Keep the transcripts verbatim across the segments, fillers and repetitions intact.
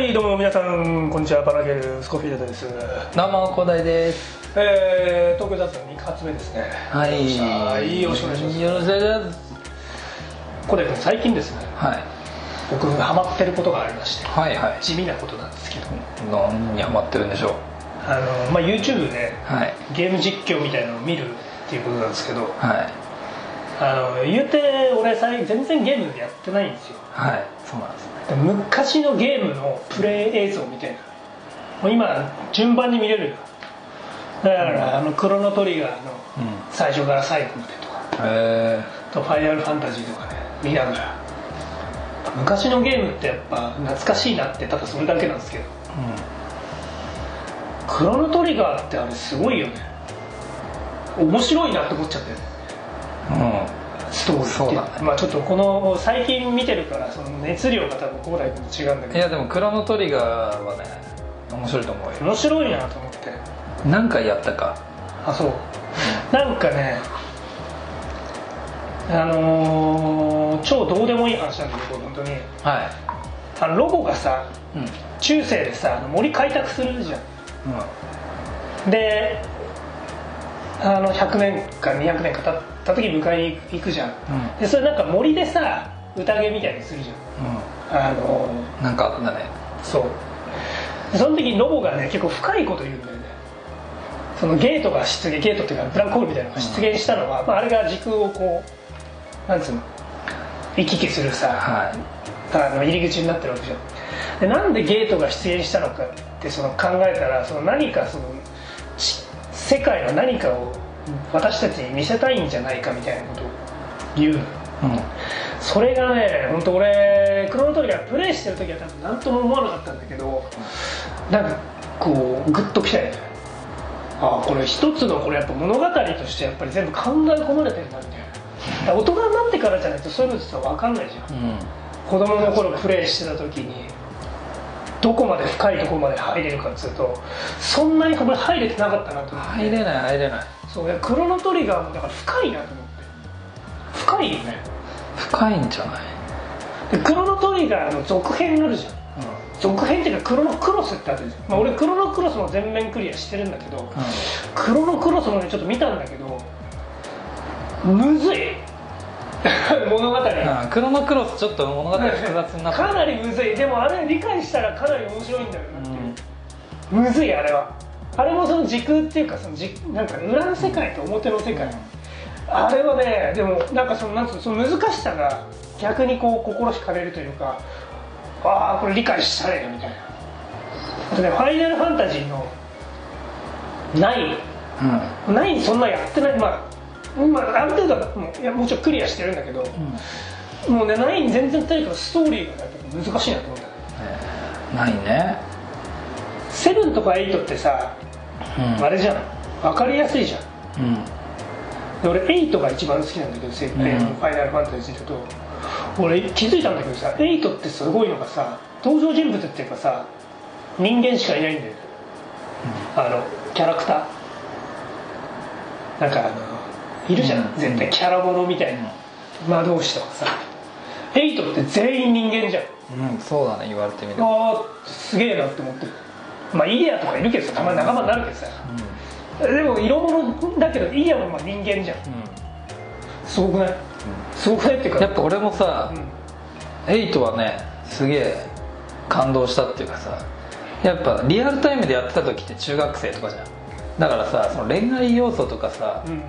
はいどうも皆さんこんにちは。パラゲルスコフィールドです。 どうも広大です。 えー、東京雑談みっか発目ですね。 はい、 はい、よろしくお願いします。 よろしくお願いします。 これ最近ですね、 はい、 僕がハマってることがありまして、 はいはい、 地味なことなんですけど、 何にハマってるんでしょう。 あの、まあ、YouTube で、 はい、 ゲーム実況みたいなのを見るっていうことなんですけど、 はい、 あの言うて俺全然ゲームやってないんですよ。 はい、そうなんですね。 昔のゲームのプレイ映像みたいな、もう今順番に見れるよ。だから、うん、あのクロノトリガーの最初から最後までとか、 へーとファイナルファンタジーとかね見ながら、昔のゲームってやっぱ懐かしいなってただそれだけなんですけど、うん、クロノトリガーってあれすごいよね。面白いなって思っちゃってる、うん、ストーリーってそうだね。まあちょっとこの最近見てるからその熱量が多分広大君と違うんだけど、 いやでもクロノトリガーはね面白いと思うよ。 面白いなと思って。 何回やったか。 あ、そう、うん、なんかねあのー、超どうでもいい話なんだけど本当に、はい、あのロボがさ、うん、中世でさ森開拓するじゃん、うん、であのひゃくねんかにひゃくねんか経った時に迎えに行くじゃん、うん、でそれなんか森でさ宴みたいにするじゃん、うん、あのー、 なんかあったんだね。 そうでその時にロボがね結構深いこと言うんだよね。そのゲートが出現、ゲートっていうかブラックホールみたいなのが出現したのは、うん、まあ、あれが時空をこうなんつうの行き来するさ、はい、あの入り口になってるわけじゃん。でなんでゲートが出現したのかってその考えたら、その何かその世界の何かを私たちに見せたいんじゃないかみたいなことを言うの、うん、それがね本当俺クロノトリガープレイしてる時は多分何とも思わなかったんだけど、うん、なんかこうグッときたよね。ああこれ一つのこれやっぱ物語としてやっぱり全部考え込まれてるんだみたいな。大人になってからじゃないとそういうの実は分かんないじゃん、うん、子供の頃プレイしてた時にどこまで深いところまで入れるかっつうとそんなに俺入れてなかったなと思って。 入れない入れない。 そうクロノトリガーもだから深いなと思って。深いよね。 深いんじゃない。 でクロノトリガーの続編があるじゃん、うん、続編っていうかクロノクロスってあるじゃん、まあ、俺クロノクロスも全面クリアしてるんだけど、うん、クロノクロスもねちょっと見たんだけどむずい物語が、 うん、クロノクロスちょっと物語複雑になってかなりむずい。でもあれ理解したらかなり面白いんだよなっていう、うん、むずいあれは。あれもその時空っていうかそのじなんか裏の世界と表の世界、うん、あれはねでもなんかそのなんつうのその難しさが逆にこう心惹かれるというか、ああこれ理解したねみたいな。あとねファイナルファンタジーのナイン、うん、ナインそんなやってない。まあ、まあ、ある程度はもういやもちろんクリアしてるんだけど、うん、もうねナイン全然とにかくストーリーが、ね、難しいなと思った、 えー、ナインね。 セブンとかエイトってさ、うん、あれじゃん分かりやすいじゃん、うん、で俺エイトが一番好きなんだけど、うん、ファイナルファンタジーだと俺気づいたんだけどさ、エイトってすごいのがさ登場人物っていうかさ人間しかいないんだよ、うん、あのキャラクターなんかあのいるじゃん、うん、絶対キャラものみたいな、うん、魔導士とかさ。エイトって全員人間じゃん、 うん、そうだね言われてみる。 ああすげえなって思ってる。まあイデアとかいるけどさたまに仲間になるけどさ、うん、でも色物だけどイデアもまあ人間じゃん、うん、すごくない、うん、すごくないっていうかやっぱ俺もさ、うん、エイトはねすげえ感動したっていうかさ、やっぱリアルタイムでやってた時って中学生とかじゃん。だからさその恋愛要素とかさ、うん、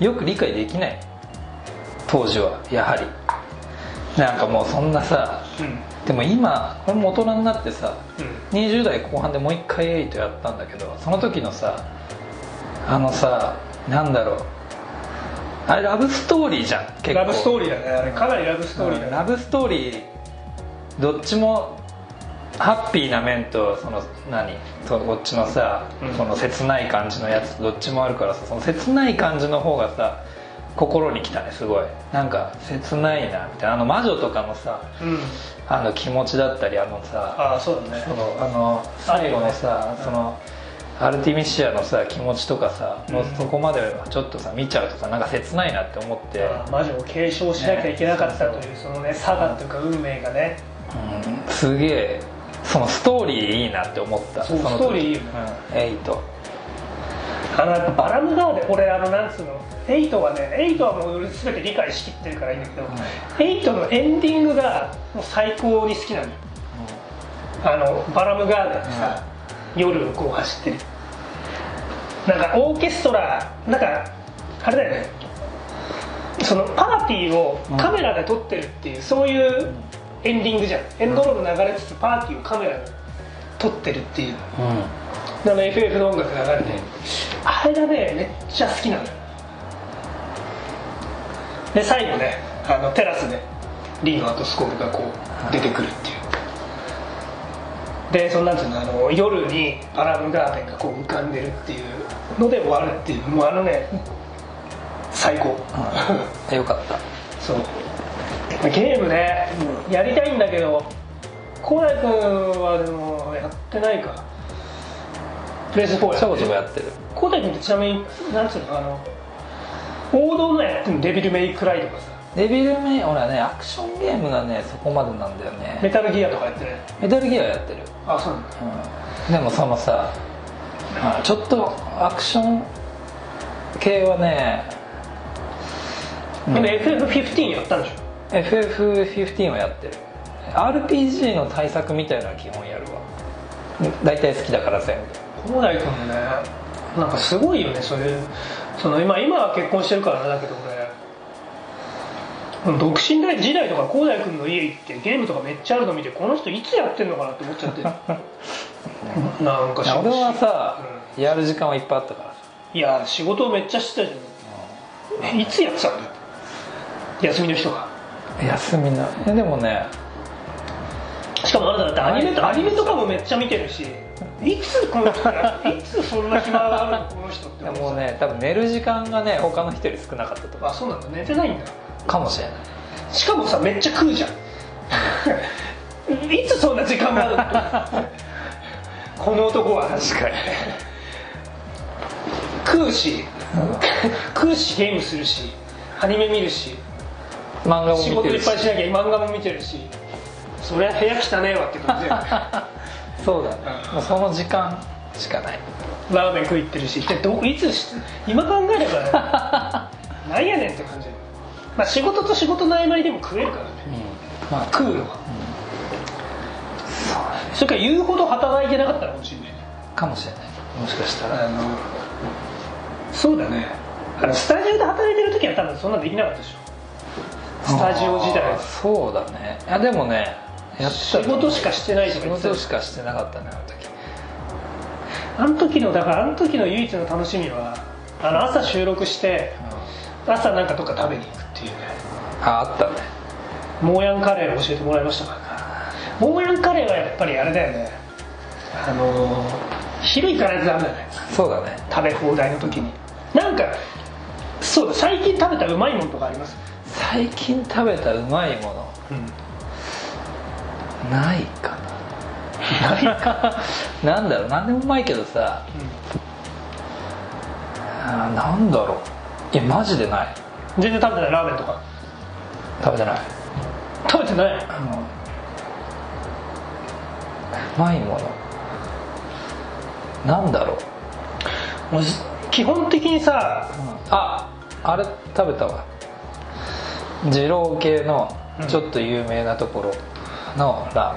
よく理解できない当時はやはりなんかもうそんなさ、うん、でも今これも大人になってさ、うん、にじゅう代後半でもう一回エイトやったんだけど、その時のさあのさなんだろうあれラブストーリーじゃん結構。 ラブストーリーだねあれかなりラブストーリーだね、 うん、ラブストーリーどっちもハッピーな面とその何そこっちのさ、うん、この切ない感じのやつどっちもあるからさ、その切ない感じの方がさ心に来たね。すごいなんか切ないなみたいな。あの魔女とかのさ、うん、あの気持ちだったりあのさあそうだねそのあの最後のさ、ね、そのアルティミシアのさ気持ちとかさ、うん、そこまでちょっとさ見ちゃうとさなんか切ないなって思って、 魔女を継承しなきゃいけなかったという、ね、そのね差がというか運命がね、 うん、すげえそのストーリーいいなって思った。 そうそのストーリーいいよね、 うん、エイトあのやっぱバラムガーデン、俺あのなんつうのエイトはね、エイトはもう全て理解しきってるからいいんだけど、うん、エイトのエンディングがもう最高に好きなのよ、うん、あのバラムガーデンでさ、うん、夜をこう走ってる、なんかオーケストラ、なんかあれだよね、そのパーティーをカメラで撮ってるっていう、うん、そういうエンディングじゃん。エンドロール流れつつパーティーをカメラで撮ってるっていう、うん、あの エフエフ の音楽流れて、うん、あれがねめっちゃ好きなのよ。で最後ね、あのテラスでリーノ・アトスコールがこう出てくるっていう、でそんなんていうの、あの夜にバラムガーデンがこう浮かんでるっていうので終わるっていう、もうあのね最高、 うん、よかった。 そうゲームね、うん、やりたいんだけど、コナイ君はでもやってないか。プレイスフォーやってる。 ちょこちょこやってる。 コナイ君ってちなみになんつうの、あの王道のやってるの、デビルメイクライとかさ。 デビルメイ、俺はねアクションゲームがねそこまでなんだよね。 メタルギアとかやってる。 メタルギアやってる。 あ、そうなんだ、 うん、でもそのさ、ちょっとアクション系はね、 でも エフエフフィフティーン やったんでしょ。 エフエフフィフティーン はやってる。 アールピージー の対策みたいなのは基本やるわ。大体好きだから全部。 コナイ君もねなんかすごいよね、そういうその 今, 今は結婚してるからだけど、俺独身時代とかコナイ君の家行ってゲームとかめっちゃあるの見て、この人いつやってんのかなって思っちゃってなんか俺はさ、うん、やる時間はいっぱいあったからさ。 いや仕事をめっちゃしてたじゃん、うん、いつやってたんだよ休みの日とか。 休みのえでもね、 しかもあれだってアニメとアニメとかもめっちゃ見てるし、いつこの人いつそんな暇があるのこの人って。 もうね多分寝る時間がね他の人より少なかったと思う。 あ、そうなんだ、寝てないんだかもしれない。 しかもさめっちゃ食うじゃんいつそんな時間があるのこの男は。 確かに食うし食うしゲームするしアニメ見るし漫画も見てるし、 仕事いっぱいしなきゃ漫画も見てるし、そりゃ部屋汚ねえわって感じだよそうだね、うん、もうその時間しかない。 ラーメン食いってるし、どいつ今考えればねなんやねんって感じ。まあ仕事と仕事の合間にでも食えるからね、うん、まあ食うのは、うん、そうそれから言うほど働いてなかったかもしれないかもしれない。もしかしたらあのそうだね、あのスタジオで働いてる時は多分そんなできなかったでしょ。スタジオ時代。 そうだね。いやでもねやってた、 仕事しかしてないとか言ってた。仕事しかしてなかったねあの時。あの時のだからあの時の唯一の楽しみはあの朝収録して、うん、朝なんかどっか食べに行くっていうね。 ああったね。 モーヤンカレーを教えてもらいましたからね。モーヤンカレーはやっぱりあれだよね、あの昼行かないとダメだね。 そうだね、 食べ放題の時に。なんかそうだ、最近食べたうまいものとかあります？ 最近食べたうまいもの、うん、ないかな。ないかなんだろう、なんでもうまいけどさ、うん、あなんだろう、いやマジでない。 全然食べてない。ラーメンとか食べてない。 食べてない、うん、うまいものなんだろう。 もう基本的にさ、 うん、ああれ食べたわ。二郎系のちょっと有名なところのラー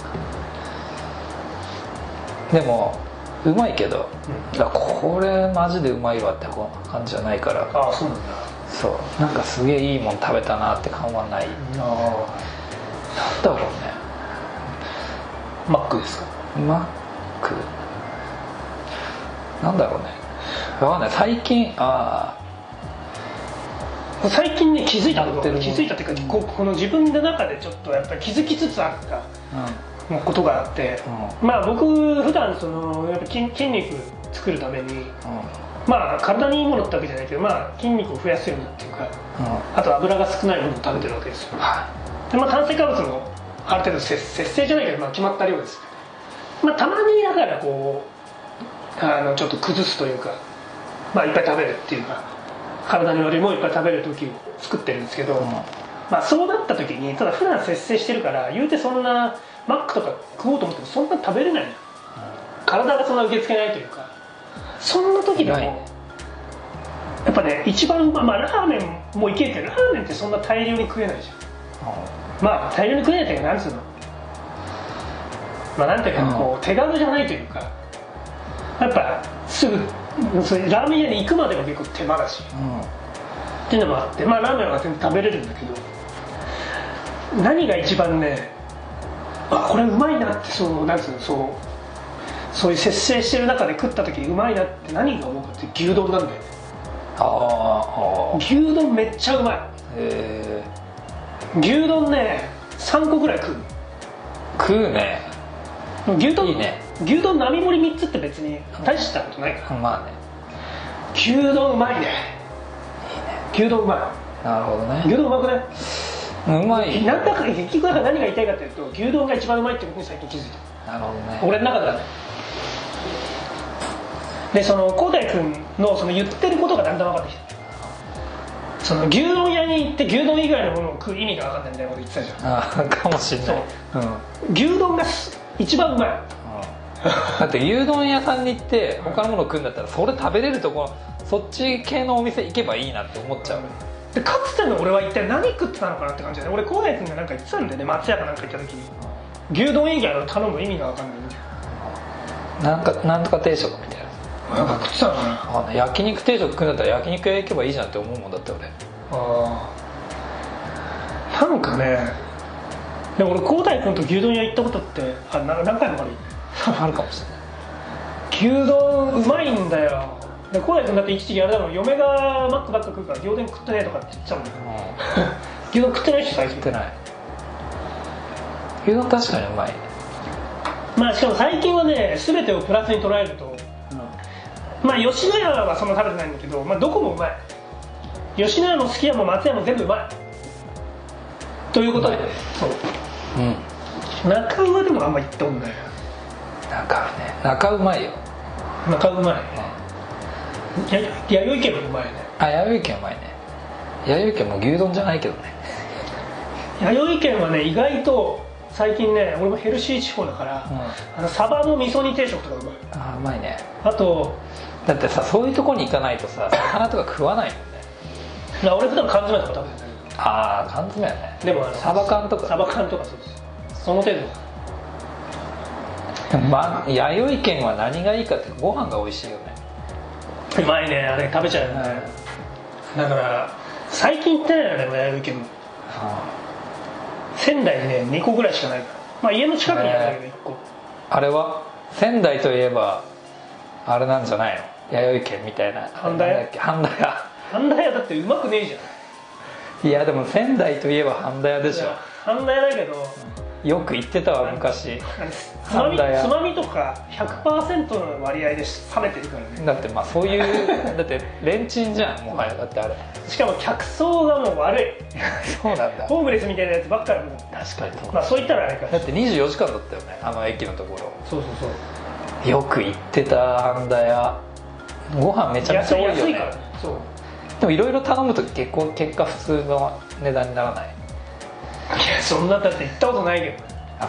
メン、うん、でもうまいけど、うん、だこれマジでうまいわって感じじゃないから。 ああそうなんだ。 そうなんかすげえいいもん食べたなって感はない。あなんだろうね。 マックですか？ マックなんだろうね、分かんない。最近ああ最近ね気づいたこと気づいたっていうか、うん、こ, この自分の中でちょっとやっぱり気づきつつあった、うん、ことがあって、うん、まあ僕普段そのやっぱ 筋, 筋肉作るために、うん、まあ体にいいものってわけじゃないけど、まあ、筋肉を増やすようにっていうか、うん、あと油が少ないものを食べてるわけですよ、はい、でまあ、炭水化物もある程度節制じゃないけど、まあ、決まった量です、まあ、たまにだからこうあのちょっと崩すというか、まあ、いっぱい食べるっていうか体に悪いものをいっぱい食べる時を作ってるんですけど、うん、 まあそうなった時にただ普段節制してるから言うてそんなマックとか食おうと思ってもそんな食べれないの、うん、体がそんな受け付けないというか、そんな時でも、ね、やっぱね一番まあ、まあ、ラーメンもいけるけどラーメンってそんな大量に食えないじゃん、うん、まあ大量に食えないっていうかなんつうのまあなんていうかこう、うん、手軽じゃないというかやっぱすぐそれラーメン屋に行くまでが結構手間だし、うん、っていうのもあって、まあラーメンは全然食べれるんだけど、何が一番ねあこれうまいなってそうなんつうのそうそういう節制してる中で食った時にうまいなって何が思うかって牛丼なんだよね。ああ牛丼めっちゃうまい。へえ。牛丼ねさんこぐらい食う食うね。 牛丼いいね。 牛丼並盛りみっつって別に大したことないから、 うん、まあね牛丼うまいね。いいね牛丼うまい。なるほどね。 牛丼うまくない？ うまい。 なんだか結局何が言いたいかというと牛丼が一番うまいってことに最近気づいた。 なるほどね。 俺の中ではね。でその広大君のその言ってることがだんだん分かってきた。その牛丼屋に行って牛丼以外のものを食う意味が分かんないんだよ俺言ってたじゃん。 ああかもしれない。 うん、牛丼が一番うまい。 だって牛丼屋さんに行って他のもの食うんだったらそれ食べれるところそっち系のお店行けばいいなって思っちゃう。 でかつての俺は一体何食ってたのかなって感じで、俺広大君がなんか言ってたんだよね、松屋かなんか行った時に牛丼以外を頼む意味が分かんないみたいな。なんかなんとか定食みたいな。 なんか食ってたのかな。 あ焼肉定食食うんだったら焼肉屋行けばいいじゃんって思うもんだって俺。ああなんかねでも俺広大君と牛丼屋行ったことってあな何回もあるあるかもしれない。 牛丼うまいんだよ。で広大君だって一時期あれだもん、嫁がマックばっか食うから牛丼食ってねえとかって言ってたもん、うん、牛丼食ってない人最近食ってない。牛丼確かにうまい。 まあしかも最近はね全てをプラスに捉えると、うん、まあ吉野家はそんな食べてないんだけど、まあ、どこもうまい。吉野家もすき家も松屋も全部うまいということで、そう、うん、中うまでもあんま言ったもんね。 中うね中うまいよ。 中うまい、うん、や弥生県もうまいね。 あ弥生県うまいね。弥生県も牛丼じゃないけどね。 弥生県はね意外と最近ね俺もヘルシー地方だから、うん、あのサバの味噌煮定食とかうまい。 あうまいね。 あとだってさそういうとこに行かないとさ魚とか食わないもんね。 俺普段缶詰とか食べてるんだけど。 ああ缶詰やね。 でもあのサバ缶とかサバ缶とかそうですその程度。 まあ、弥生県は何がいいかってご飯が美味しいよね。 うまいねあれ食べちゃうよね、うん、だから最近行ってないよね弥生県も、はあ、仙台にねにこぐらいしかないから、まあ、家の近くにあるんだけどいっこ。 あれは仙台といえばあれなんじゃないの弥生県みたいな。 半田屋半田屋半田屋だってうまくねえじゃん。いやでも仙台といえば半田屋でしょ。 半田屋だけど、うん、よく行ってたわ昔。 つまみ、つまみとか ひゃくパーセント の割合で冷めてるからね。 だってまあそういうだってレンチンじゃんもはや。だってあれしかも客層がもう悪い。 そうなんだ。 ホームレスみたいなやつばっかり。 確かにそう。 まあそう言ったらあれか。 だってにじゅうよじかんだったよねあの駅のところ。 そうそうそうよく行ってた半田屋。ご飯めちゃめちゃ多いよね。 安いからね。そう。 でもいろいろ頼むと結構結果普通の値段にならない。 いやそんなだって行ったことないけど。 あ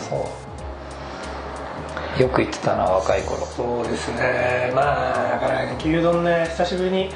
そうよく行ってたな若い頃。 そうですね。まあだから牛丼ね久しぶりに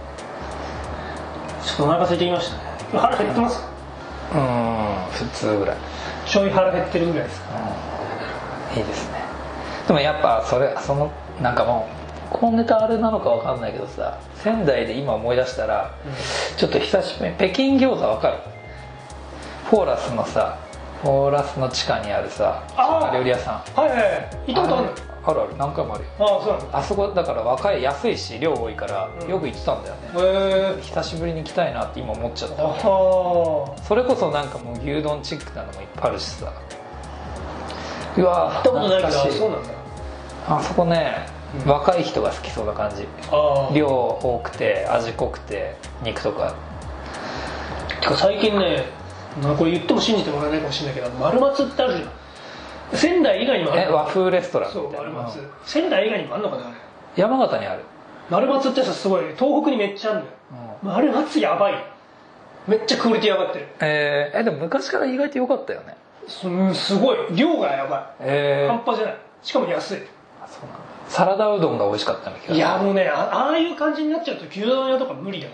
ちょっとお腹空いてきましたね。腹減ってますか？ うーん普通ぐらい。 ちょい腹減ってるぐらいですか？ うんいいですね。でもやっぱそれそのなんかもうこのネタあれなのかわかんないけどさ仙台で今思い出したら、うん、ちょっと久しぶりに北京餃子わかる？フォーラスのさフォーラスの地下にあるさ料理屋さん。 はいはい行ったことあるの？ あるある何回もあるよ。 ああそうなんだ。 あそこだから若い安いし量多いからよく行ってたんだよね、うん、へえ久しぶりに行きたいなって今思っちゃった。あそれこそなんかもう牛丼チックなのもいっぱいあるしさ。うわ行ったことないけどそうなんだ。 あそこね、うん、若い人が好きそうな感じ。あ量多くて味濃くて肉とか。 てか最近ねこれ言っても信じてもらえないかもしれないけど丸松ってあるじゃん。仙台以外にもある。 え和風レストランみたいな。 そう丸松、うん、仙台以外にもあるのかなあれ。 山形にある丸松ってさすごい東北にめっちゃあるんだよ、うん、丸松やばい。 めっちゃクオリティ上がってる。 えー、えでも昔から意外と良かったよね。 す, すごい量がやばい、えー、半端じゃない。しかも安い。 あ、そうなんだ。サラダうどんが美味しかったんだけど。 いやもうね あ, ああいう感じになっちゃうと牛丼屋とか無理だわ。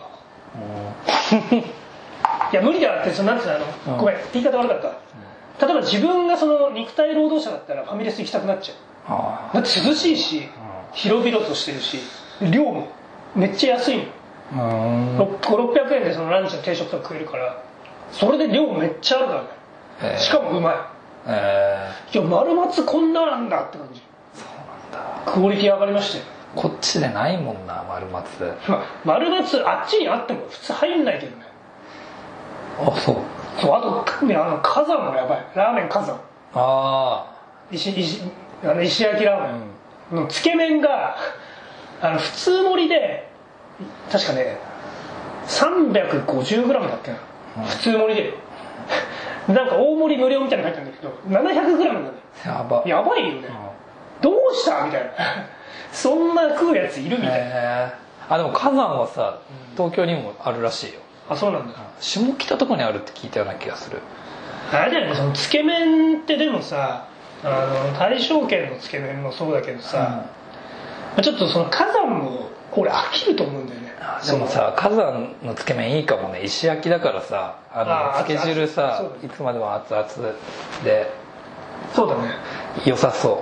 いや無理だってそのなんつうのあの、うん、ごめん言い方悪かった、うん、例えば自分がその肉体労働者だったらファミレス行きたくなっちゃう。あだって涼しいし、うん、広々としてるし量もめっちゃ安いの。ごひゃくろっぴゃくえんでそのランチの定食とか食えるから、それで量めっちゃあるからね、えー、しかもうまい、えー、いや丸松こんななんだって感じ。そうなんだ。クオリティ上がりましたよ。 こっちでないもんな丸松、 まあ、丸松あっちにあっても普通入んないけどね。 あ、そうそう。あと、ね、あの火山もやばい。ラーメン火山。ああ石石あの石焼きラーメンのつけ麺があの普通盛りで確かね さんびゃくごじゅうグラム だっけな、うん、普通盛りでなんか大盛り無料みたいなの入ったんだけど ななひゃくグラム なんだよ。やばやばいよね、うん、どうしたみたいなそんな食うやついるみたいな。 あでも火山はさ東京にもあるらしいよ。 あ、そうなんだ。 下北とかにあるって聞いたような気がする。 あれだよね、そのつけ麺ってでもさあの大正圏のつけ麺もそうだけどさ、うん、ちょっとその火山も俺飽きると思うんだよね。 でもさ火山のつけ麺いいかもね。石焼きだからさあのつけ汁さいつまでも熱々でそうだね良さそう。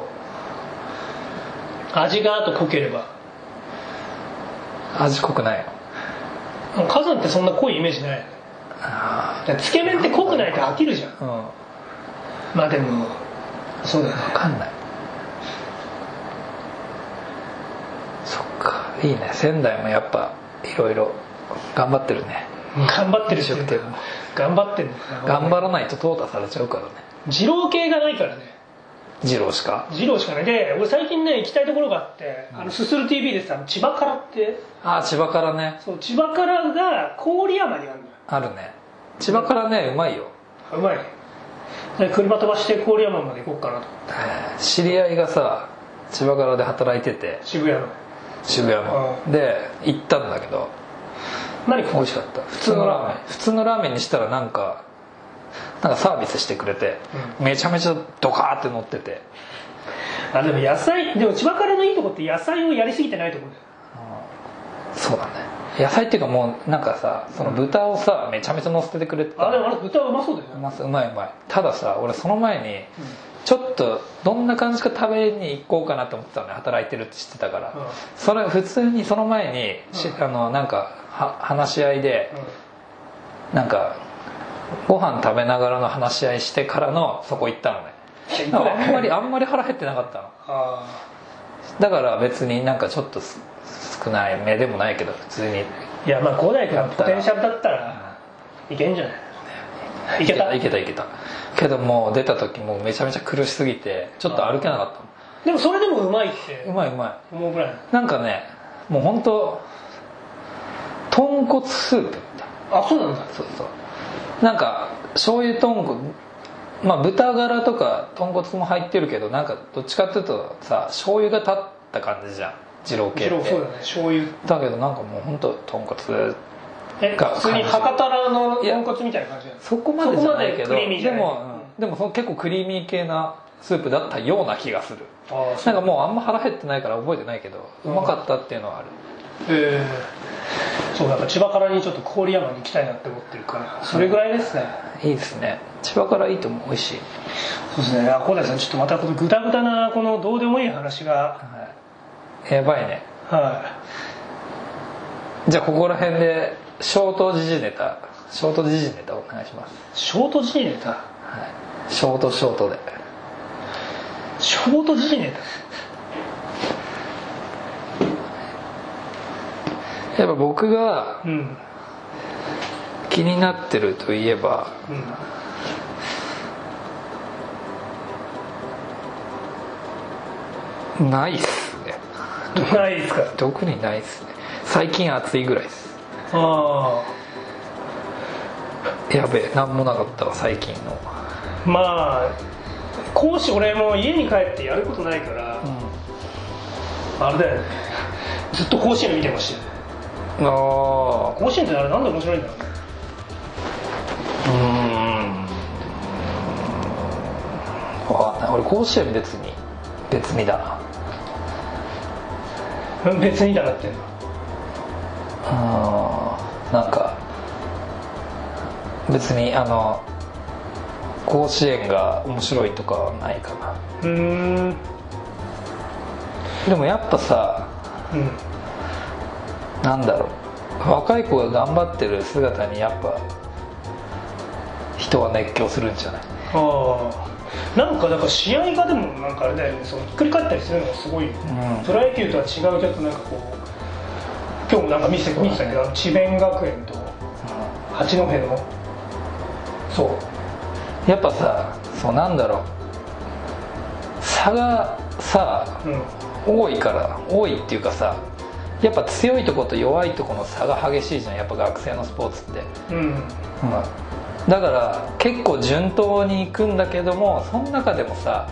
味があと濃ければ。 味濃くないの火山ってそんな濃いイメージない。あつけ麺って濃くないと飽きるじゃん、うん、まあでもそうだよね。 分かんない。そっかいいね。仙台もやっぱいろいろ頑張ってるね。 頑張ってるし頑張ってる。 頑張らないと淘汰されちゃうからね。 二郎系がないからね。 二郎しか二郎しかない。で俺最近ね行きたいところがあって、うん、あのすする ティービー でさ千葉からって。 ああ千葉からね。 そう千葉からが郡山にあるのよ。 あるね。千葉からねうまいよ。 うまい。で車飛ばして郡山まで行こうかなと思って。 知り合いがさ千葉からで働いてて渋谷の渋谷の、うん、で行ったんだけど何美味しかった。普通のラーメン普通のラーメンにしたらなんかなんかサービスしてくれて、うん、めちゃめちゃドカーって乗ってて。 あでも野菜でも千葉からのいいとこって野菜をやりすぎてないところだよ、 うん、そうだね。野菜っていうかもうなんかさその豚をさめちゃめちゃ乗せてくれてた。 あでもあれ豚うまそうだよね。 うまうまいうまい。たださ俺その前にちょっとどんな感じか食べに行こうかなと思ってたのね。働いてるって知ってたから、うん、それ普通にその前に、うん、あのなんかは話し合いで、うん、なんかご飯食べながらの話し合いしてからのそこ行ったのね。あんまりあんまり腹減ってなかったの。あだから別になんかちょっと少ない目でもないけど普通に。 いやまあ五代君のポテンシャルだったらいけんじゃない。いけたいけたいけたけどもう出た時もうめちゃめちゃ苦しすぎてちょっと歩けなかったの。 でもそれでもうまいってうまいうまい思うぐらい。 なんかねもう本当豚骨スープみたいな。 あそうなんだ。 そうそうなんか醤油豚骨まあ豚ガラとか豚骨も入ってるけどなんかどっちかっていうとさ醤油が立った感じじゃん二郎系って。 二郎そうだね醤油だけどなんかもう本当豚骨え普通に博多の豚骨みたいな感じ。 そこまでじゃないけどでも、うん、でもその結構クリーミー系なスープだったような気がする。あなんかもうあんま腹減ってないから覚えてないけどうまかったっていうのはある。 へえそうなんか千葉からにちょっと郡山に行きたいなって思ってるからそれぐらいですね、 うん、いいですね。千葉からいいと思う。美味しい。 そうですね。小田さんちょっとまたこのグダグダなこのどうでもいい話が、 はい、やばいね。 はい、 じゃあここら辺でショート時事ネタショート時事ネタお願いします。 ショート時事ネタ、はい、 ショートショートでショート時事ネタやっぱ僕が気になってるといえば、うん、ないっすね。 ないっすか。 特にないっすね。最近暑いぐらいです。 ああやべえ何もなかったわ最近の。 まあ講師俺も家に帰ってやることないから、うん、あれだよねずっと甲子園見てましたよ。 ああ甲子園ってあれなんで面白いんだろうね。 ん分かんない。俺甲子園別に別にだな。 別にだなってんの。 うんなんか別にあの甲子園が面白いとかはないかな。 うーんでもやっぱさ、 うん、 なんだろう、若い子が頑張ってる姿にやっぱ人は熱狂するんじゃない？ ああ、なんかだから試合がでもなんかあれだよね、そのひっくり返ったりするのがすごい、うん、プロ野球とは違うちょっとなんかこう、今日もなんか見せ見てたけど、智弁学園と八戸の、そうやっぱさ、そうなんだろう、差がさ、うん、多いから多いっていうかさ、やっぱ強いとこと弱いとこの差が激しいじゃん、やっぱ学生のスポーツって、うん、うん、だから結構順当にいくんだけども、その中でもさ、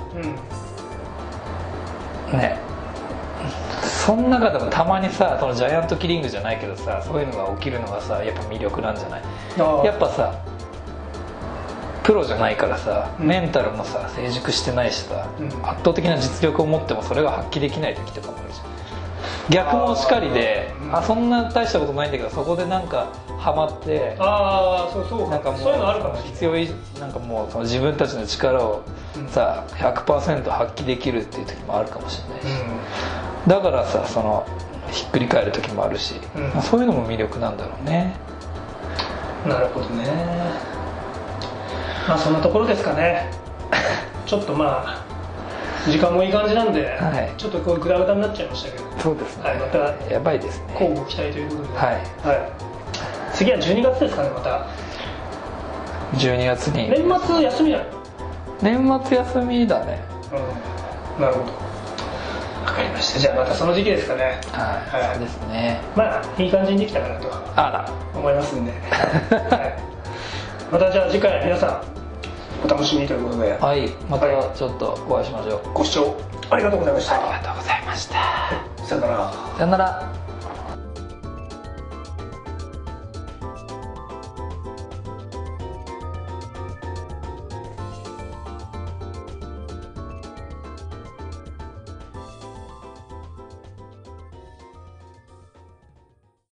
うん、ね、その中でもたまにさ、そのジャイアントキリングじゃないけどさ、そういうのが起きるのがさ、やっぱ魅力なんじゃない？やっぱさプロじゃないからさ、メンタルもさ成熟してないしさ、うん、圧倒的な実力を持ってもそれが発揮できない時とかもあるじゃん。逆もしかりで、あ、うん、あそんな大したことないんだけど、そこでなんかハマって、 ああ、そうそう、 なんかもうそういうのあるかもしれない。 必要以なんかもうその自分たちの力をさ、うん、ひゃくパーセント 発揮できるっていう時もあるかもしれないし、うん、だからさ、そのひっくり返る時もあるし、うん、まあ、そういうのも魅力なんだろうね。 なるほどね。まあそんなところですかね。ちょっとまあ時間もいい感じなんで、はい、ちょっとこうグダグダになっちゃいましたけど、 そうですね、 はい、またやばいですね、 交互期待ということで、 はい、 はい、次はじゅうにがつですかね。またじゅうにがつに年末休みなの？ 年末休みだね、 うん、なるほど、分かりました。じゃあまたその時期ですかね。 はい、はい、そうですね。 まあいい感じにできたかなと思いますんで、はい、またじゃあ次回皆さんお楽しみということで、 はい、またちょっとお会いしましょう。 ご視聴ありがとうございました。 ありがとうございました。 さよなら。 さよなら。